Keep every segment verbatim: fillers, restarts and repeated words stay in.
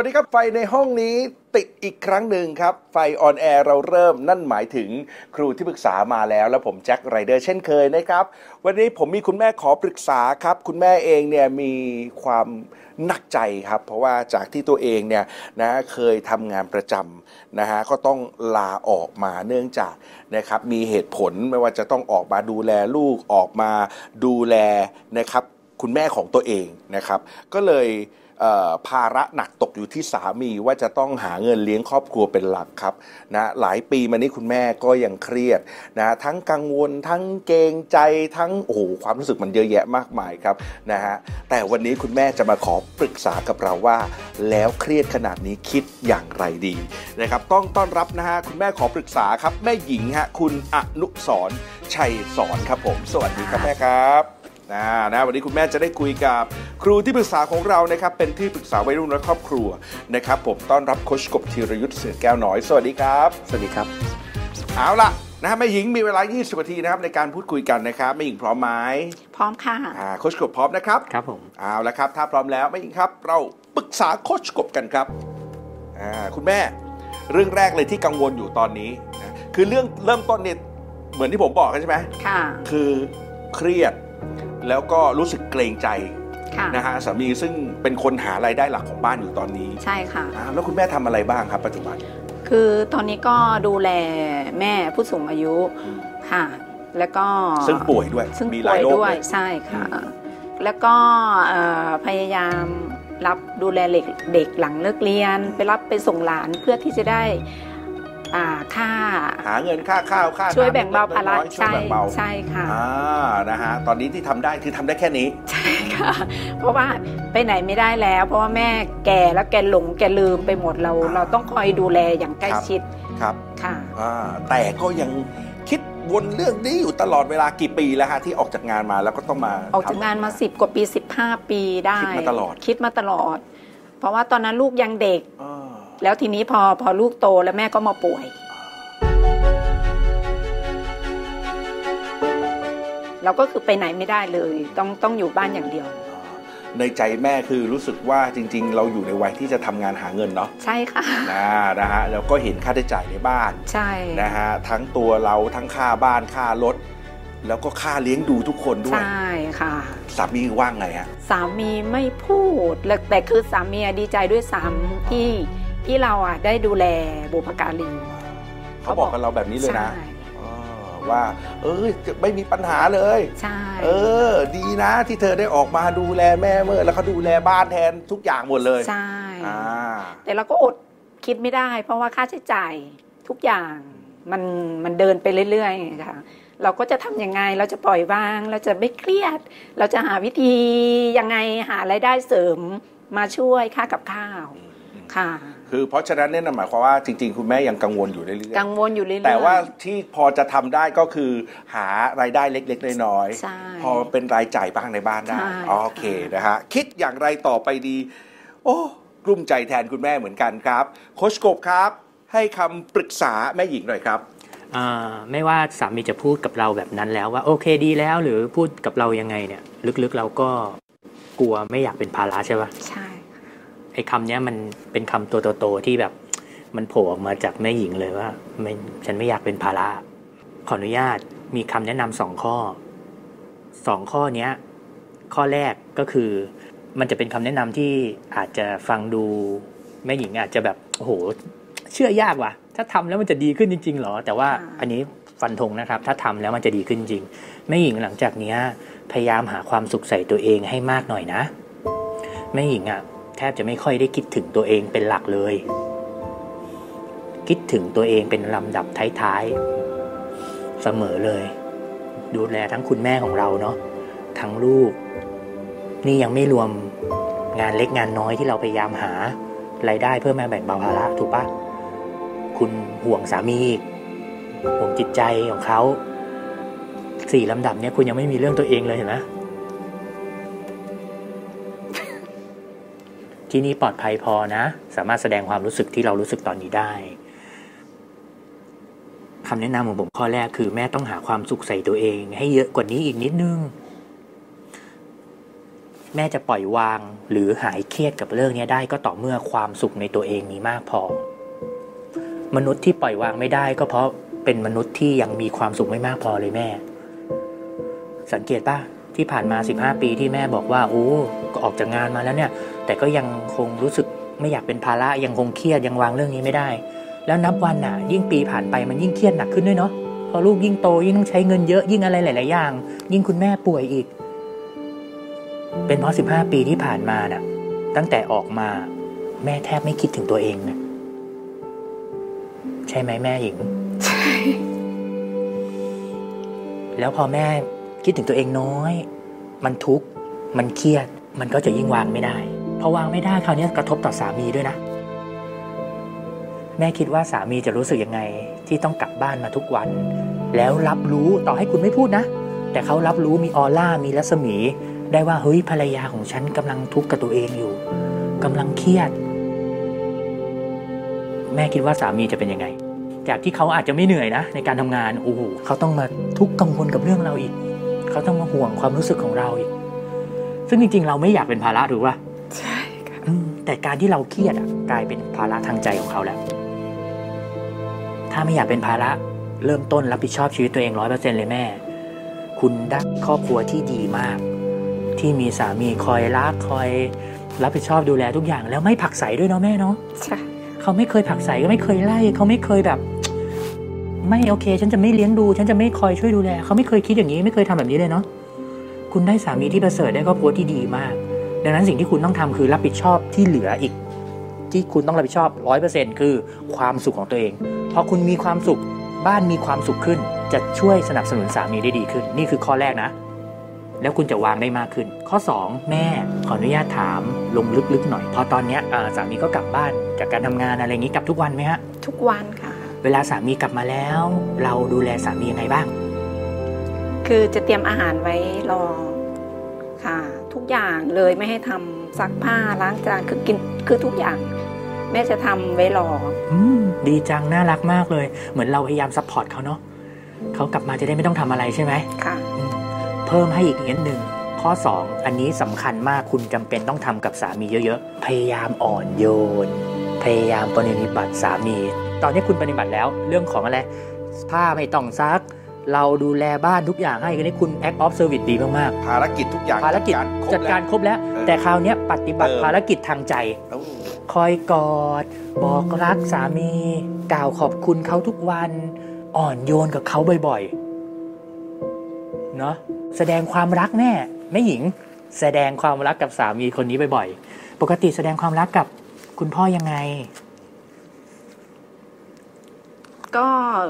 วัสดีครับไฟในห้องนี้ติดอีกครั้งหนึ่งครับไฟออนแอร์เราเริ่มนั่นหมายถึงครูที่ปรึกษามาแล้วแล้วผมแจ็คไรเดอร์เช่นเคยนะครับวันนี้ผมมีคุณแม่ขอปรึกษาครับคุณแม่เองเนี่ยมีความหนักใจครับเพราะว่าจากที่ตัวเองเนี่ยนะเคยทำงานประจำนะฮะก็ต้องลาออกมาเนื่องจากนะครับมีเหตุผลไม่ว่าจะต้องออกมาดูแลลูกออกมาดูแลนะครับคุณแม่ของตัวเองนะครับก็เลยภาระหนักตกอยู่ที่สามีว่าจะต้องหาเงินเลี้ยงครอบครัวเป็นหลักครับนะหลายปีมานี้คุณแม่ก็ยังเครียดนะทั้งกังวลทั้งเกรงใจทั้งโอ้โหความรู้สึกมันเยอะแยะมากมายครับนะฮะแต่วันนี้คุณแม่จะมาขอปรึกษากับเราว่าแล้วเครียดขนาดนี้คิดอย่างไรดีนะครับต้องต้อนรับนะฮะคุณแม่ขอปรึกษาครับแม่หญิงฮะคุณอนุสรณ์ชัยสอนครับผมสวัสดีครับแม่ครับนะนะวันนี้คุณแม่จะได้คุยกับครูที่ปรึกษาของเรานะครับเป็นที่ปรึกษาวัยรุ่นและครอบครัวนะครับผมต้อนรับโค้ชกบธีรยุทธเสือแก้วน้อยสวัสดีครับสวัสดีครับเอาล่ะนะฮะแม่หญิงมีเวลายี่สิบนาทีนะครับในการพูดคุยกันนะครับแม่หญิงพร้อมไหมพร้อมค่ะอ่าโค้ชกบพร้อมนะครับครับผมเอาละครับถ้าพร้อมแล้วแม่หญิงครับเราปรึกษาโค้ชกบกันครับอ่าคุณแม่เรื่องแรกเลยที่กังวลอยู่ตอนนี้นะคือเรื่องเริ่มต้นเนี่ยเหมือนที่ผมบอกกันใช่ไหมค่ะคือเครียดแล้วก็รู้สึกเกรงใจนะฮะสามีซึ่งเป็นคนหารายได้หลักของบ้านอยู่ตอนนี้ใช่ค่ะแล้วคุณแม่ทำอะไรบ้างครับปัจจุบันคือตอนนี้ก็ดูแลแม่ผู้สูงอายุค่ะแล้วก็ซึ่งป่วยด้วยซึ่งป่วยด้วยใช่ค่ะแล้วก็พยายามรับดูแลเด็กหลังเลิกเรียนไปรับไปส่งหลานเพื่อที่จะได้ค่าหาเงินค่าข้าวค่าช่วยแบ่งเบาภาระใช่ใช่ค่ะอ่านะฮะตอนนี้ที่ทำได้คือทำได้แค่นี้ใช่ค่ะเพราะว่าไปไหนไม่ได้แล้วเพราะว่าแม่แก่แล้วแกหลงแกลืมไปหมดเราเราต้องคอยดูแลอย่างใกล้ชิดครับค่ะอ่าแต่ก็ยังคิดวนเรื่องนี้อยู่ตลอดเวลากี่ปีแล้วฮะที่ออกจากงานมาแล้วก็ต้องมาออกจากงานมาสิบกว่าปีสิบห้าปีได้คิดมาตลอดคิดมาตลอดเพราะว่าตอนนั้นลูกยังเด็กแล้วทีนี้พอพอลูกโตแล้วแม่ก็มาป่วยเราก็คือไปไหนไม่ได้เลยต้องต้องอยู่บ้านอย่างเดียวในใจแม่คือรู้สึกว่าจริงๆเราอยู่ในวัยที่จะทำงานหาเงินเนาะใช่ค่ะนะนะฮะแล้วก็เห็นค่าใช้จ่ายในบ้านใช่นะฮะทั้งตัวเราทั้งค่าบ้านค่ารถแล้วก็ค่าเลี้ยงดูทุกคนด้วยใช่ค่ะสามีว่างไงฮะสามีไม่พูดแต่คือสามีดีใจด้วยซ้ำที่ที่เราอ่ะได้ดูแลบุพการีเขาบอกกับเราแบบนี้เลยนะว่าเออไม่มีปัญหาเลยใช่เออดีนะที่เธอได้ออกมาดูแลแม่เมื่อแล้วเขาดูแลบ้านแทนทุกอย่างหมดเลยใช่แต่เราก็อดคิดไม่ได้เพราะว่าค่าใช้จ่ายทุกอย่างมันมันเดินไปเรื่อยๆค่ะเราก็จะทำยังไงเราจะปล่อยวางเราจะไม่เครียดเราจะหาวิธียังไงหารายได้เสริมมาช่วยค่ากับข้าวค่ะคือเพราะฉะนั้นเนี่ยหมายความว่าจริงๆคุณแม่ยังกังวลอยู่เรื่อยๆกังวลอยู่เรื่อยๆแต่ว่าที่พอจะทำได้ก็คือหารายได้เล็กๆน้อยๆพอเป็นรายจ่ายบ้างในบ้านได้โอเคนะฮะคิดอย่างไรต่อไปดีโอ้กลุ้มใจแทนคุณแม่เหมือนกันครับโค้ชกบครับให้คำปรึกษาแม่หญิงหน่อยครับไม่ว่าสามีจะพูดกับเราแบบนั้นแล้วว่าโอเคดีแล้วหรือพูดกับเรายังไงเนี่ยลึกๆเราก็กลัวไม่อยากเป็นภาระใช่ปะใช่ไอ้คำนี้มันเป็นคำตัวโตๆที่แบบมันโผล่ออกมาจากแม่หญิงเลยว่าไม่ฉันไม่อยากเป็นภาระขออนุญาตมีคำแนะนำสองข้อสองข้อนี้ข้อแรกก็คือมันจะเป็นคำแนะนำที่อาจจะฟังดูแม่หญิงอาจจะแบบโอ้โหเชื่อยากว่ะถ้าทำแล้วมันจะดีขึ้นจริงๆหรอแต่ว่าอันนี้ฟันธงนะครับถ้าทำแล้วมันจะดีขึ้นจริงแม่หญิงหลังจากนี้พยายามหาความสุขใส่ตัวเองให้มากหน่อยนะแม่หญิงอ่ะแทบจะไม่ค่อยได้คิดถึงตัวเองเป็นหลักเลยคิดถึงตัวเองเป็นลำดับท้ายๆเสมอเลยดูแลทั้งคุณแม่ของเราเนาะทั้งลูกนี่ยังไม่รวมงานเล็กงานน้อยที่เราพยายามหารายได้เพื่อมาแบ่งเบาภาระถูกปะคุณห่วงสามีห่วงจิตใจของเขาสี่ลำดับเนี้ยคุณยังไม่มีเรื่องตัวเองเลยเห็นไหมที่นี่ปลอดภัยพอนะสามารถแสดงความรู้สึกที่เรารู้สึกตอนนี้ได้คำแนะนำของผมข้อแรกคือแม่ต้องหาความสุขใส่ตัวเองให้เยอะกว่านี้อีกนิดนึงแม่จะปล่อยวางหรือหายเครียดกับเรื่องนี้ได้ก็ต่อเมื่อความสุขในตัวเองมีมากพอมนุษย์ที่ปล่อยวางไม่ได้ก็เพราะเป็นมนุษย์ที่ยังมีความสุขไม่มากพอเลยแม่สังเกตป่ะที่ผ่านมาสิบห้าปีที่แม่บอกว่าโอ้ก็ออกจากงานมาแล้วเนี่ยแต่ก็ยังคงรู้สึกไม่อยากเป็นภาระยังคงเครียดยังวางเรื่องนี้ไม่ได้แล้วนับวันน่ะยิ่งปีผ่านไปมันยิ่งเครียดหนักขึ้นด้วยเนาะพอลูกยิ่งโตยิ่งต้องใช้เงินเยอะยิ่งอะไรหลายๆอย่างยิ่งคุณแม่ป่วยอีกเป็นเพราะสิบห้าปีที่ผ่านมาน่ะตั้งแต่ออกมาแม่แทบไม่คิดถึงตัวเองนะใช่ไหมแม่หญิงใช่แล้วพอแม่คิดถึงตัวเองน้อยมันทุกข์มันเครียดมันก็จะยิ่งวางไม่ได้พอวางไม่ได้คราวนี้กระทบต่อสามีด้วยนะแม่คิดว่าสามีจะรู้สึกยังไงที่ต้องกลับบ้านมาทุกวันแล้วรับรู้ต่อให้คุณไม่พูดนะแต่เขารับรู้มีออร่ามีรัศมีได้ว่าเฮ้ยภรรยาของฉันกำลังทุกข์กับตัวเองอยู่กำลังเครียดแม่คิดว่าสามีจะเป็นยังไงจากที่เขาอาจจะไม่เหนื่อยนะในการทำงานโอ้โหเขาต้องมาทุกข์กังวลกับเรื่องเราอีกเขาต้องมาห่วงความรู้สึกของเราอีกซึ่งจริงๆเราไม่อยากเป็นภาระถูกป่ะใช่ค่ะแต่การที่เราเครียดอ่ะกลายเป็นภาระทางใจของเขาแล้วถ้าไม่อยากเป็นภาระเริ่มต้นรับผิดชอบชีวิตตัวเอง ร้อยเปอร์เซ็นต์ เลยแม่คุณได้ครอบครัวที่ดีมากที่มีสามีคอยรักคอยรับผิดชอบดูแลทุกอย่างแล้วไม่ผลักไสด้วยเนาะแม่เนาะใช่เขาไม่เคยผลักไสก็ไม่เคยไล่เขาไม่เคยแบบไม่โอเคฉันจะไม่เลี้ยงดูฉันจะไม่คอยช่วยดูแลเขาไม่เคยคิดอย่างนี้ไม่เคยทำแบบนี้เลยเนาะคุณได้สามีที่ประเสริฐได้ครอบครัวที่ดีมากดังนั้นสิ่งที่คุณต้องทำคือรับผิดชอบที่เหลืออีกที่คุณต้องรับผิดชอบ ร้อยเปอร์เซ็นต์ คือความสุขของตัวเองพอคุณมีความสุขบ้านมีความสุขขึ้นจะช่วยสนับสนุนสามีได้ดีขึ้นนี่คือข้อแรกนะแล้วคุณจะวางได้มากขึ้นข้อสองแม่ขออนุญาตถามลงลึกๆหน่อยเพราะตอนนี้สามีก็กลับบ้านจากการทำงานอะไรอย่างนี้กลับทุกวันไหมฮะทุกวันค่ะเวลาสามีกลับมาแล้วเราดูแลสามียังไงบ้างคือจะเตรียมอาหารไว้รอค่ะทุกอย่างเลยไม่ให้ทำซักผ้าล้างจานคือกินคือทุกอย่างแม่จะทำไว้รออืมดีจังน่ารักมากเลยเหมือนเราพยายามซัพพอร์ตเขาเนาะเขากลับมาจะได้ไม่ต้องทำอะไรใช่ไหมค่ะเพิ่มให้อีกนิดหนึ่งข้อสองอันนี้สำคัญมากคุณจำเป็นต้องทำกับสามีเยอะๆพยายามอ่อนโยนพยายามปฏิบัติสามีตอนนี้คุณปฏิบัติแล้วเรื่องของอะไรผ้าไม่ต้องซักเราดูแลบ้านทุกอย่างให้กันนี้คุณ act of service ดีมากๆภารกิจทุกอย่างภารกิจจัดการครบแล้วแต่คราวนี้ปฏิบัติภารกิจทางใจคอยกอดบอกรักสามีกล่าวขอบคุณเขาทุกวันอ่อนโยนกับเขาบ่อยๆเนาะแสดงความรักแม่แม่หญิงแสดงความรักกับสามีคนนี้บ่อยๆปกติแสดงความรักกับคุณพ่อยังไงก็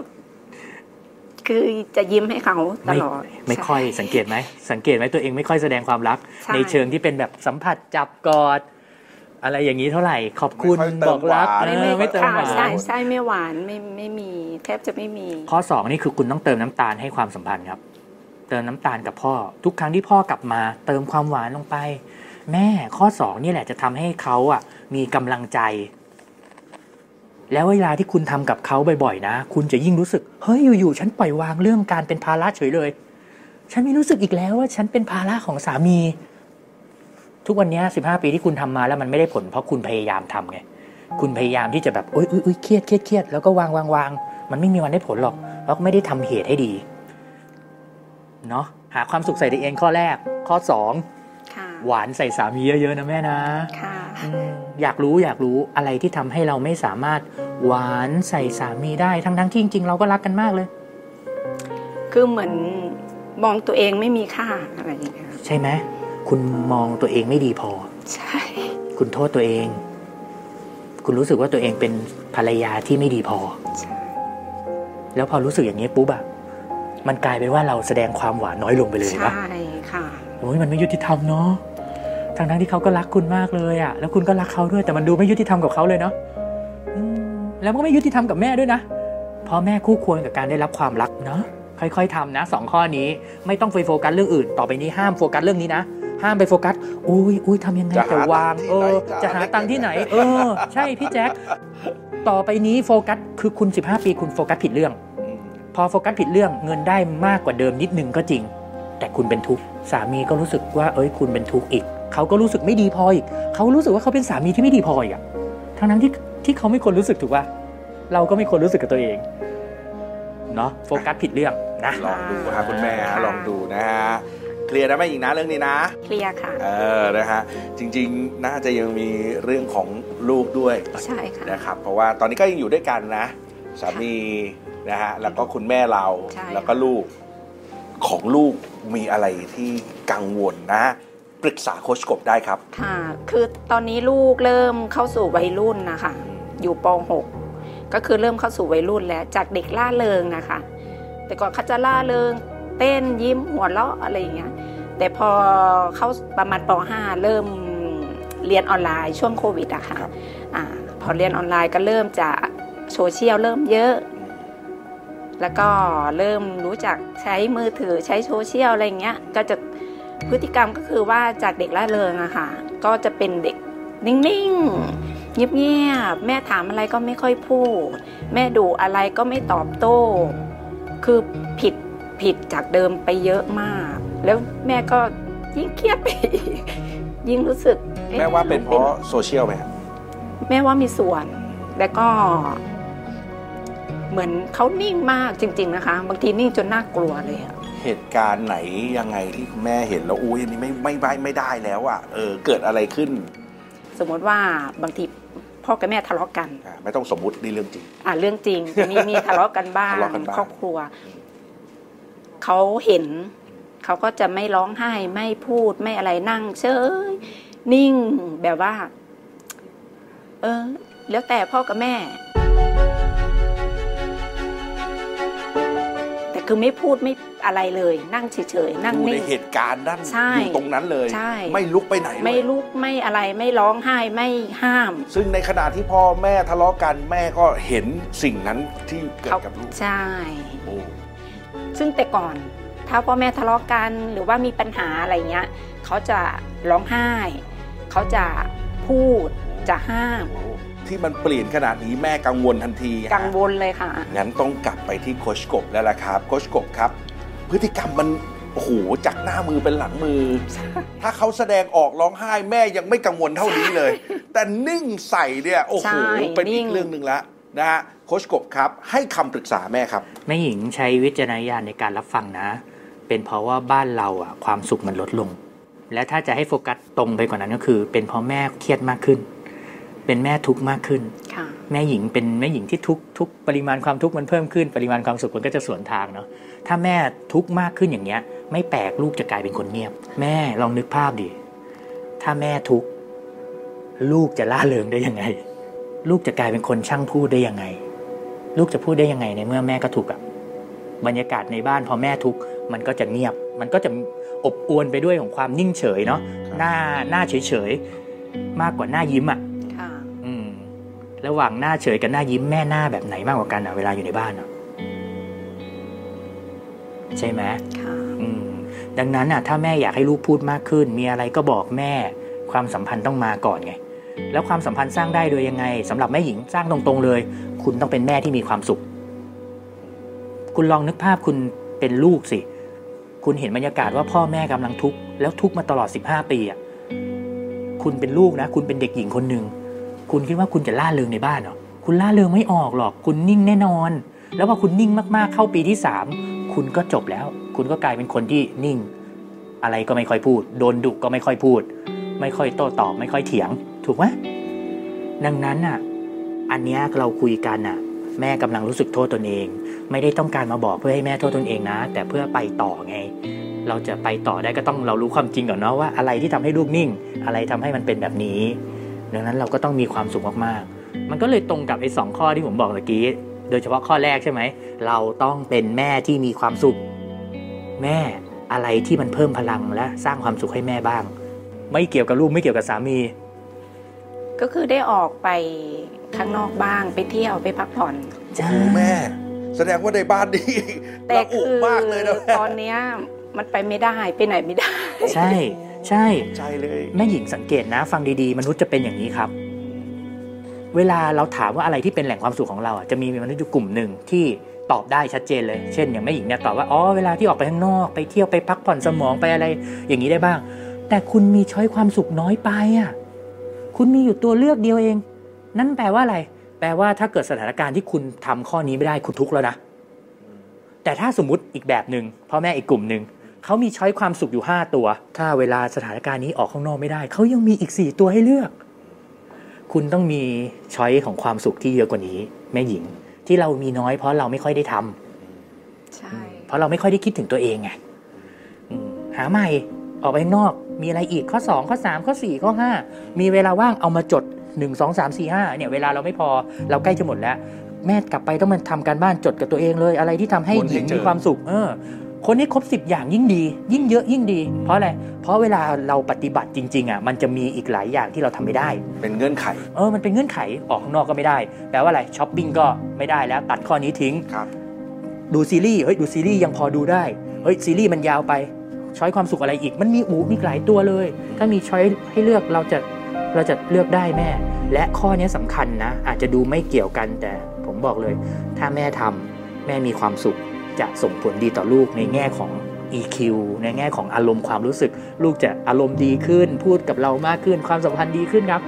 คือจะยิ้มให้เขาตลอดไม่, ไม่ค่อยสังเกตไหมสังเกตไหมตัวเองไม่ค่อยแสดงความรัก ใน, ในเชิงที่เป็นแบบสัมผัสจับกอดอะไรอย่างนี้เท่าไหร่ขอบคุณบอกรักไม่ไม่ไม่เติมหวานใช่ใช่ไม่หวานไม่ไม่มีแทบจะไม่มีข้อสองนี่คือคุณต้องเติมน้ำตาลให้ความสัมพันธ์ครับเติมน้ำตาลกับพ่อทุกครั้งที่พ่อกลับมาเติมความหวานลงไปแม่ข้อสองนี่แหละจะทำให้เขาอ่ะมีกำลังใจแล้วเวลาที่คุณทำกับเขาบ่อยๆนะคุณจะยิ่งรู้สึกเฮ้ยอยู่ๆฉันปล่อยวางเรื่องการเป็นภาระเฉยเลยฉันไม่รู้สึกอีกแล้วว่าฉันเป็นภาระของสามีทุกวันนี้สิบห้าปีที่คุณทำมาแล้วมันไม่ได้ผลเพราะคุณพยายามทำไงคุณพยายามที่จะแบบโอ๊ยอุ๊ยเครียดเครียดเครียดแล้วก็วางวางวางมันไม่มีวันได้ผลหรอกเพราะไม่ได้ทำเหตุให้ดีเนาะหาความสุขใส่ตัวเองข้อแรกข้อสองหวานใส่สามีเยอะๆนะแม่นะอยากรู้อยากรู้อะไรที่ทำให้เราไม่สามารถหวานใส่สามีได้ทั้งๆที่จริงๆเราก็รักกันมากเลยคือเหมือนมองตัวเองไม่มีค่าอะไรอย่างเงี้ยใช่ไหมคุณมองตัวเองไม่ดีพอใช่คุณโทษตัวเองคุณรู้สึกว่าตัวเองเป็นภรรยาที่ไม่ดีพอใช่แล้วพอรู้สึกอย่างนี้ปุ๊บอะมันกลายเป็นว่าเราแสดงความหวานน้อยลงไปเลยนะใช่ค่ะโอ้ยมันไม่ยุติธรรมเนาะทั้งทั้งที่เขาก็รักคุณมากเลยอะแล้วคุณก็รักเขาด้วยแต่มันดูไม่ยุติธรรมกับเขาเลยเนาะแล้วก็ไม่ยุติธรรมกับแม่ด้วยนะเพราะแม่คู่ควรกับการได้รับความรักเนาะค่อยๆทำนะสองข้อนี้ไม่ต้องไปโฟกัสเรื่องอื่นต่อไปนี้ห้ามโฟกัสเรื่องนี้นะห้ามไปโฟกัสอุ้ยอุ้ยทำยังไงจะวางเออจะหาตังค์ที่ไหนเออใช่พี่แจ๊คต่อไปนี้โฟกัสคือคุณสิบห้าปีคุณโฟกัสผิดเรื่องพอโฟกัสผิดเรื่องเงินได้มากกว่าเดิมนิดนึงก็จริงแต่คุณเป็นทุกข์สามีก็รู้สึกว่าเอ้ยคุณเป็นทุกข์อีกเขาก็รู้สึกไม่ดีพออีกเขารู้สึกว่าเขาเป็นสามีที่ไม่ดีพออีกอะทั้งนั้นที่ที่เขาไม่ควรรู้สึกถูกป่ะเราก็ไม่ควรรู้สึกกับตัวเองเนาะโฟกัสผิดเรื่องนะลองดูครับคุณแม่ลองดูนะฮะเคลียร์นะแม่หญิงนะเรื่องนี้นะเคลียร์ค่ะเออนะฮะจริงๆน่าจะยังมีเรื่องของลูกด้วยใช่ค่ะนะครับเพราะว่าตอนนี้ก็ยังอยู่ด้วยกันนะสามีนะฮะแล้วก็คุณแม่เราแล้วก็ลูกของลูกมีอะไรที่กังวลนะปรึกษาโค้ชกบได้ครับค่ะคือตอนนี้ลูกเริ่มเข้าสู่วัยรุ่นนะคะอยู่ป หกก็คือเริ่มเข้าสู่วัยรุ่นแล้วจากเด็กล่าเริงนะคะแต่ก่อนเขาจะล่าเริงเต้นยิ้มหัวเราะอะไรอย่างเงี้ยแต่พอเข้าประมาณป ห้าเริ่มเรียนออนไลน์ช่วงโควิดอะค่ะอ่าพอเรียนออนไลน์ก็เริ่มจะโซเชียลเริ่มเยอะแล้วก็เริ่มรู้จักใช้มือถือใช้โซเชียลอะไรอย่างเงี้ยก็จะพฤติกรรมก็คือว่าจากเด็กล่าเริงอะค่ะก็จะเป็นเด็กนิ่งๆเงียบๆแม่ถามอะไรก็ไม่ค่อยพูดแม่ดุอะไรก็ไม่ตอบโต้คือผิดผิดจากเดิมไปเยอะมากแล้วแม่ก็ยิ่งเครียดไปยิ่งรู้สึกแม่ว่าเป็นเพราะโซเชียลไหมครับแม่ว่ามีส่วนแล้วก็เหมือนเขานิ่งมากจริงๆนะคะบางทีนิ่งจนน่ากลัวเลยอะเหตุการณ์ไหนยังไงที่คุณแม่เห็นแล้วอุ้ยอันนี้ไม่ไม่ไม่ไม่ได้แล้วอ่ะเออเกิดอะไรขึ้นสมมติว่าบางทีพ่อกับแม่ทะเลาะกันไม่ต้องสมมุตินี่เรื่องจริงอ่าเรื่องจริงมีมีทะเลาะกันบ้างครอบครัวเขาเห็นเขาก็จะไม่ร้องไห้ไม่พูดไม่อะไรนั่งเฉยนิ่งแบบว่าเออแล้วแต่พ่อกับแม่แต่คือไม่พูดไม่อะไรเลยนั่งเฉยๆนั่งนิ่งในเหตุการณ์นั้นอยู่ตรงนั้นเลยไม่ลุกไปไหนไม่ลุกไม่อะไรไม่ร้องไห้ไม่ห้ามซึ่งในขณะที่พ่อแม่ทะเลาะกันแม่ก็เห็นสิ่งนั้นที่เกิดกับลูกใช่ซึ่งแต่ก่อนถ้าพ่อแม่ทะเลาะกันหรือว่ามีปัญหาอะไรเงี้ยเขาจะร้องไห้เขาจะพูดจะห้ามที่มันเปลี่ยนขนาดนี้แม่กังวลทันทีกังวลเลยค่ะงั้นต้องกลับไปที่โค้ชกบแล้วล่ะครับโค้ชกบครับพฤติกรรมมันโอ้โหจากหน้ามือเป็นหลังมือถ้าเขาแสดงออกร้องไห้แม่ยังไม่กังวลเท่านี้เลยแต่นิ่งใส่เนี่ยโอ้โหเป็นอีกเรื่องนึงละนะฮะโค้ชกบครับให้คำปรึกษาแม่ครับแม่หญิงใช้วิจารณญาณในการรับฟังนะเป็นเพราะว่าบ้านเราอ่ะความสุขมันลดลงและถ้าจะให้โฟกัสตรงไปกว่านั้นก็คือเป็นเพราะแม่เครียดมากขึ้นเป็นแม่ทุกข์มากขึ้นแม่หญิงเป็นแม่หญิงที่ทุกทุกปริมาณความทุกข์มันเพิ่มขึ้นปริมาณความสุขมันก็จะสวนทางเนาะถ้าแม่ทุกข์มากขึ้นอย่างเงี้ยไม่แปลกลูกจะกลายเป็นคนเงียบแม่ลองนึกภาพดิถ้าแม่ทุกข์ลูกจะล่าเริงได้ยังไงลูกจะกลายเป็นคนช่างพูดได้ยังไงลูกจะพูดได้ยังไงในเมื่อแม่ก็ทุกข์อ่ะบรรยากาศในบ้านพอแม่ทุกข์มันก็จะเงียบมันก็จะอบอวลไปด้วยของความนิ่งเฉยเนาะหน้าหน้าเฉยเฉยมากกว่าหน้ายิ้มอ่ะระหว่างหน้าเฉยกับหน้ายิ้มแม่หน้าแบบไหนมากกว่ากันอ่ะเวลาอยู่ในบ้านอ่ะใช่ไหมค่ะอืมดังนั้นอ่ะถ้าแม่อยากให้ลูกพูดมากขึ้นมีอะไรก็บอกแม่ความสัมพันธ์ต้องมาก่อนไงแล้วความสัมพันธ์สร้างได้โดยยังไงสำหรับแม่หญิงสร้างตรงๆเลยคุณต้องเป็นแม่ที่มีความสุขคุณลองนึกภาพคุณเป็นลูกสิคุณเห็นบรรยากาศว่าพ่อแม่กำลังทุกข์แล้วทุกข์มาตลอดสิบห้าปีอ่ะคุณเป็นลูกนะคุณเป็นเด็กหญิงคนนึงคุณคิดว่าคุณจะล่าเริงในบ้านเหรอคุณล่าเริงไม่ออกหรอกคุณนิ่งแน่นอนแล้วพอคุณนิ่งมากๆเข้าปีที่สามคุณก็จบแล้วคุณก็กลายเป็นคนที่นิ่งอะไรก็ไม่ค่อยพูดโดนดุก็ไม่ค่อยพูดไม่ค่อยโต้ตอบไม่ค่อยเถียงถูกไหมดังนั้นอ่ะอันเนี้ยเราคุยกันอ่ะแม่กำลังรู้สึกโทษตนเองไม่ได้ต้องการมาบอกเพื่อให้แม่โทษตนเองนะแต่เพื่อไปต่อไงเราจะไปต่อได้ก็ต้องเรารู้ความจริงก่อนเนาะว่าอะไรที่ทำให้ลูกนิ่งอะไรทำให้มันเป็นแบบนี้ดังนั้นเราก็ต้องมีความสุขมากๆมันก็เลยตรงกับไอ้สองข้อที่ผมบอกเมื่อกี้โดยเฉพาะข้อแรกใช่ไหมเราต้องเป็นแม่ที่มีความสุขแม่อะไรที่มันเพิ่มพลังและสร้างความสุขให้แม่บ้างไม่เกี่ยวกับลูกไม่เกี่ยวกับสามีก็คือได้ออกไปข้างนอกบ้างไปเที่ยวไปพักผ่อนโอ้แม่แสดงว่าในบ้านนี้แต่คือมากเลยนะตอนนี้มันไปไม่ได้ไปไหนไม่ได้ใช่ใช่ใช่เลยแม่หญิงสังเกตนะฟังดีๆมนุษย์จะเป็นอย่างนี้ครับเวลาเราถามว่าอะไรที่เป็นแหล่งความสุขของเราอ่ะจะมีมนุษย์อยู่กลุ่มหนึ่งที่ตอบได้ชัดเจนเลยเช่นอย่างแม่หญิงเนี่ยตอบว่าอ๋อเวลาที่ออกไปข้างนอกไปเที่ยวไปพักผ่อนสมองไปอะไรอย่างนี้ได้บ้างแแต่คุณมีช้อยความสุขน้อยไปอ่ะคุณมีอยู่ตัวเลือกเดียวเองนั่นแปลว่าอะไรแปลว่าถ้าเกิดสถานการณ์ที่คุณทำข้อนี้ไม่ได้คุณทุกข์แล้วนะแต่ถ้าสมมุติอีกแบบนึงพ่อแม่อีกกลุ่มนึงเขามีช้อยความสุขอยู่ห้าตัวถ้าเวลาสถานการณ์นี้ออกข้างนอกไม่ได้เขายังมีอีกสี่ตัวให้เลือกคุณต้องมีช้อยของความสุขที่เยอะกว่านี้แม่หญิงที่เรามีน้อยเพราะเราไม่ค่อยได้ทำใช่เพราะเราไม่ค่อยได้คิดถึงตัวเองไงหาใหม่ออกไปข้างนอกมีอะไรอีกข้อสองข้อสามข้อสี่ข้อห้ามีเวลาว่างเอามาจดหนึ่ง สอง สาม สี่ ห้าเนี่ยเวลาเราไม่พอเราใกล้จะหมดแล้วแม่กลับไปต้องมาทำการบ้านจดกับตัวเองเลยอะไรที่ทำให้หญิงมีความสุขเออคนนี้ครบสิบอย่างยิ่งดียิ่งเยอะยิ่งดีเพราะอะไรเพราะเวลาเราปฏิบัติจริงๆอ่ะมันจะมีอีกหลายอย่างที่เราทำไม่ได้เป็นเงื่อนไขเออมันเป็นเงื่อนไขออกข้างนอกก็ไม่ได้แปลว่าอะไรช้อปปิ้งก็ไม่ได้แล้วตัดข้อนี้ทิ้งดูซีรีส์เฮ้ยดูซีรีส์ยังพอดูได้เฮ้ยซีรีส์มันยาวไปช้อยความสุขอะไรอีกมันมีอูมีหลายตัวเลยถ้ามีช้อยให้เลือกเราจะเราจะเลือกได้แม่และข้อนี้สำคัญนะอาจจะดูไม่เกี่ยวกันแต่ผมบอกเลยถ้าแม่ทำแม่มีความสุขจะส่งผลดีต่อลูกในแง่ของ อี คิว ในแง่ของอารมณ์ความรู้สึกลูกจะอารมณ์ดีขึ้นพูดกับเรามากขึ้นความสัมพันธ์ดีขึ้นครับ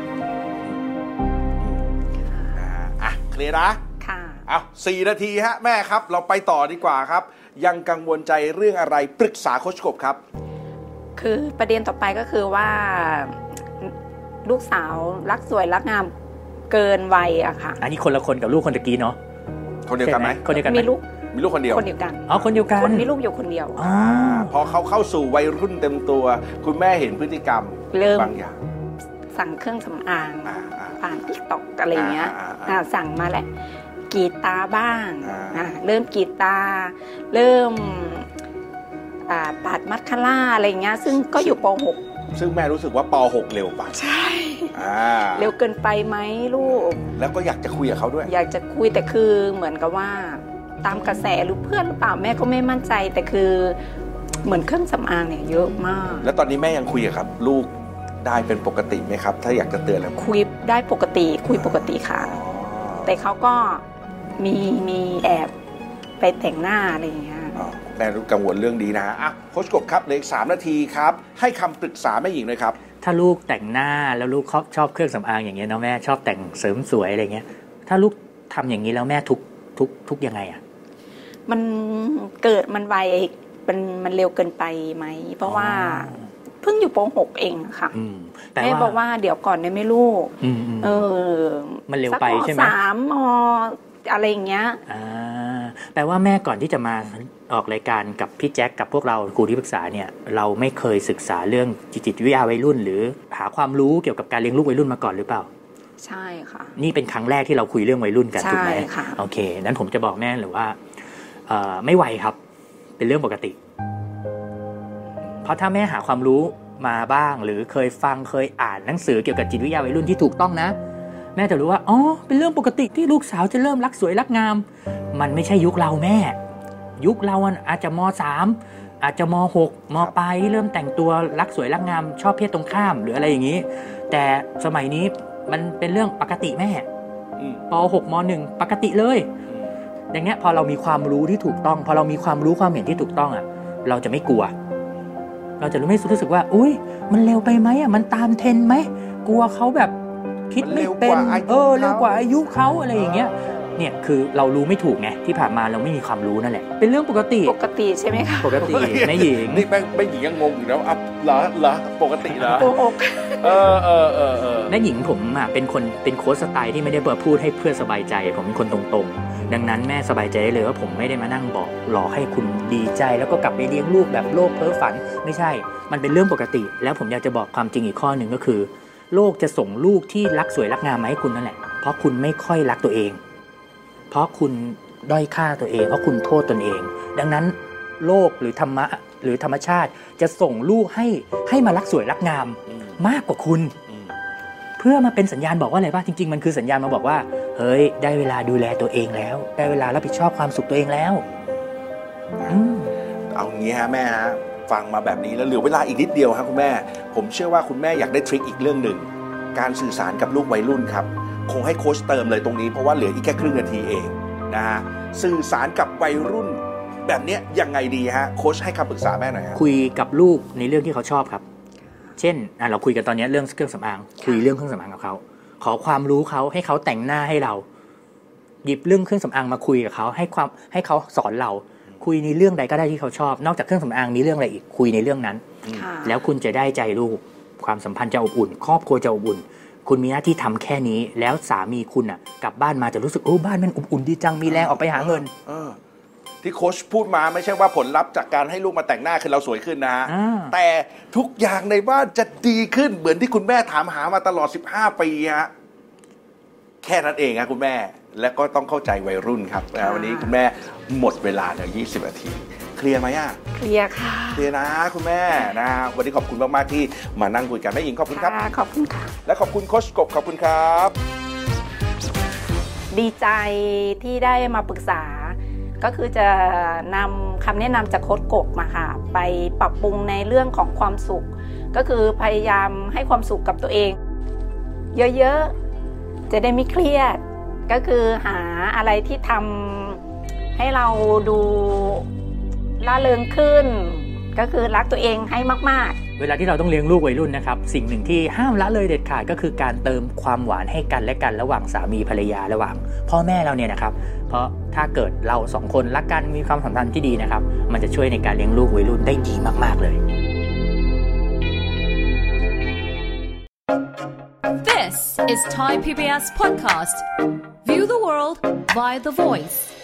อ่ะเคลียร์นะค่ะเอาสี่นาทีฮะแม่ครับเราไปต่อดีกว่าครับยังกังวลใจเรื่องอะไรปรึกษาโค้ชกบครับคือประเด็นต่อไปก็คือว่าลูกสาวรักสวยรักงามเกินวัยอะค่ะอันนี้คนละคนกับลูกคนตะกี้เนาะคนเดียวกันไหมคนเดียวกันมีลูกมีลูกคนเดียวคนเดียวกันอ๋อคนเดียวกันคนมีลูกอยู่คนเดียวอ๋อพอเขาเข้าสู่วัยรุ่นเต็มตัวคุณแม่เห็นพฤติกรรมบางอย่างสั่งเครื่องสำอางผ่านติ๊กต็อกอะไรเงี้ยสั่งมาแหละกรีดตาบ้างเริ่มกรีดตาเริ่มปาดมัสคาร่าอะไรเงี้ยซึ่งก็อยู่ป หกซึ่งแม่รู้สึกว่าป หกเร็วไปใช่เร็วเกินไปไหมลูกแล้วก็อยากจะคุยกับเขาด้วยอยากจะคุยแต่คือเหมือนกับว่าตามกระแสหรือเพื่อนหรือเปล่าแม่ก็ไม่มั่นใจแต่คือเหมือนเครื่องสำอางเนี่ยเยอะมากแล้วตอนนี้แม่ยังคุยกับลูกได้เป็นปกติไหมครับถ้าอยากจะเตือนแล้วคุยได้ปกติคุยปกติค่ะแต่เขาก็มีมีแอบไปแต่งหน้าอะไรอย่างเงี้ยแม่กังวลเรื่องดีนะฮะอ่ะโค้ชกบครับเหลืออีกสามนาทีครับให้คำปรึกษาแม่หญิงเลยครับถ้าลูกแต่งหน้าแล้วลูกชอบเครื่องสำอางอย่างเงี้ยเนาะแม่ชอบแต่งเสริมสวยอะไรเงี้ยถ้าลูกทำอย่างนี้แล้วแม่ทุกทุกทุกยังไงอ่ะมันเกิดมันไวมันมันเร็วเกินไปไหมเพราะว่าเพิ่งอยู่ป หกเองค่ะแม่บอกว่าเดี๋ยวก่อนเนี่ยไม่ลูกเออมันเร็วไปใช่ไหมสามมอะไรอย่างเงี้ยอ่าแปลว่าแม่ก่อนที่จะมาออกรายการกับพี่แจ็คกับพวกเราครูที่ปรึกษาเนี่ยเราไม่เคยศึกษาเรื่องจิตวิทยาวัยรุ่นหรือหาความรู้เกี่ยวกับการเลี้ยงลูกวัยรุ่นมาก่อนหรือเปล่าใช่ค่ะนี่เป็นครั้งแรกที่เราคุยเรื่องวัยรุ่นกันถูกไหมใช่ค่ะโอเคนั้นผมจะบอกแม่หรือว่าไม่ไวครับเป็นเรื่องปกติเพราะถ้าแม่หาความรู้มาบ้างหรือเคยฟังเคยอ่านหนังสือเกี่ยวกับจิตวิทยาวัยรุ่นที่ถูกต้องนะแม่จะรู้ว่าอ๋อเป็นเรื่องปกติที่ลูกสาวจะเริ่มรักสวยรักงามมันไม่ใช่ยุคเราแม่ยุคเราอาจจะม.สาม อาจจะม.หก ม.ปลายที่เริ่มแต่งตัวรักสวยรักงามชอบเพศตรงข้ามหรืออะไรอย่างนี้แต่สมัยนี้มันเป็นเรื่องปกติแม่ป.หก ม.หนึ่ง ปกติเลยอย่างเงี้ยพอเรามีความรู้ที่ถูกต้องพอเรามีความรู้ความเห็นที่ถูกต้องอ่ะเราจะไม่กลัวเราจะไม่รู้สึกว่าอุ้ยมันเร็วไปไหมอ่ะมันตามเทรนด์ไหมกลัวเขาแบบคิดไม่เป็นเออเร็วกว่าอายุเขาอะไรอย่างเงี้ยเนี่ยคือเรารู้ไม่ถูกไงที่ผ่านมาเราไม่มีความรู้นั่นแหละเป็นเรื่องปกติปกติใช่ไหมคะปกติแม่หญิงนี่แม่แม่หญิงยังงงอยู่แล้วอ่ะเหรอเหรอปกติเหรอเออเออเออเออแม่หญิงผมอ่ะเป็นคนเป็นโค้ชสไตล์ที่ไม่ได้เปิดพูดให้เพื่อสบายใจผมเป็นคนตรงๆดังนั้นแม่สบายใจได้เลยว่าผมไม่ได้มานั่งบอกหลอกให้คุณดีใจแล้วก็กลับไปเลี้ยงลูกแบบโลกเพ้อฝันไม่ใช่มันเป็นเรื่องปกติแล้วผมอยากจะบอกความจริงอีกข้อหนึ่งก็คือโลกจะส่งลูกที่รักสวยรักงามมาให้คุณนั่นแหละเพราะคุณไม่ค่อยรักตัวเองเพราะคุณด้อยค่าตัวเองเพราะคุณโทษตนเองดังนั้นโลกหรือธรรมะหรือธรรมชาติจะส่งลูกให้ให้มารักสวยรักงามมากกว่าคุณเพื่อมาเป็นสัญญาณบอกว่าอะไรป่ะจริงๆมันคือสัญญาณมาบอกว่าเฮ้ยได้เวลาดูแลตัวเองแล้วได้เวลารับผิดชอบความสุขตัวเองแล้วเอางี้ฮะแม่ฮะฟังมาแบบนี้แล้วเหลือเวลาอีกนิดเดียวครับคุณแม่ผมเชื่อว่าคุณแม่อยากได้ทริคอีกเรื่องหนึ่งการสื่อสารกับลูกวัยรุ่นครับคงให้โค้ชเติมเลยตรงนี้เพราะว่าเหลืออีกแค่ครึ่งนาทีเองนะฮะสื่อสารกับวัยรุ่นแบบนี้ยังไงดีฮะโค้ชให้คำปรึกษาแม่หน่อยฮะคุยกับลูกในเรื่องที่เขาชอบครับเช่นเราคุยกันตอนนี้เรื่องเครื่องสำอางคุยเรื่องเครื่องสำอางกับเขาขอความรู้เขาให้เขาแต่งหน้าให้เราหยิบเรื่องเครื่องสำอางมาคุยกับเขาให้ความให้เขาสอนเราคุยในเรื่องใดก็ได้ที่เขาชอบนอกจากเครื่องสำอางมีเรื่องอะไรอีกคุยในเรื่องนั้นแล้วคุณจะได้ใจลูกความสัมพันธ์จะอบอุ่นครอบครัวจะอบอุ่นคุณมีหน้าที่ทำแค่นี้แล้วสามีคุณอ่ะกลับบ้านมาจะรู้สึกโอ้บ้านมันอบอุ่นดีจังมีแรงออกไปหาเงินที่โค้ชพูดมาไม่ใช่ว่าผลลัพธ์จากการให้ลูกมาแต่งหน้าคือเราสวยขึ้นนะฮะแต่ทุกอย่างในบ้านจะดีขึ้นเหมือนที่คุณแม่ถามหามาตลอดสิบห้าปีฮะแค่นั้นเองครับคุณแม่และก็ต้องเข้าใจวัยรุ่นครับวันนี้คุณแม่หมดเวลาแล้วยี่สิบนาทีเคลียร์ไหมอ่ะเคลียร์ค่ะเคลียร์นะคุณแม่นะวันนี้ขอบคุณมากๆที่มานั่งคุยกันแม่หญิงขอบคุณครับขอบคุณค่ะและขอบคุณโค้ชกบขอบคุณครับดีใจที่ได้มาปรึกษาก็คือจะนำคำแนะนำจากโค้ชกบมาค่ะไปปรับปรุงในเรื่องของความสุขก็คือพยายามให้ความสุขกับตัวเองเยอะๆจะได้ไม่เครียดก็คือหาอะไรที่ทำให้เราดูร่าเริงขึ้นก็คือรักตัวเองให้มากๆเวลาที่เราต้องเลี้ยงลูกวัยรุ่นนะครับสิ่งหนึ่งที่ห้ามละเลยเด็ดขาดก็คือการเติมความหวานให้กันและกันระหว่างสามีภรรยาระหว่างพ่อแม่เราเนี่ยนะครับเพราะถ้าเกิดเราสองคนรักกันมีความสัมพันธ์ที่ดีนะครับมันจะช่วยในการเลี้ยงลูกวัยรุ่นได้ดีมากๆเลย This is Thai พี บี เอส podcast. View the world via The Voice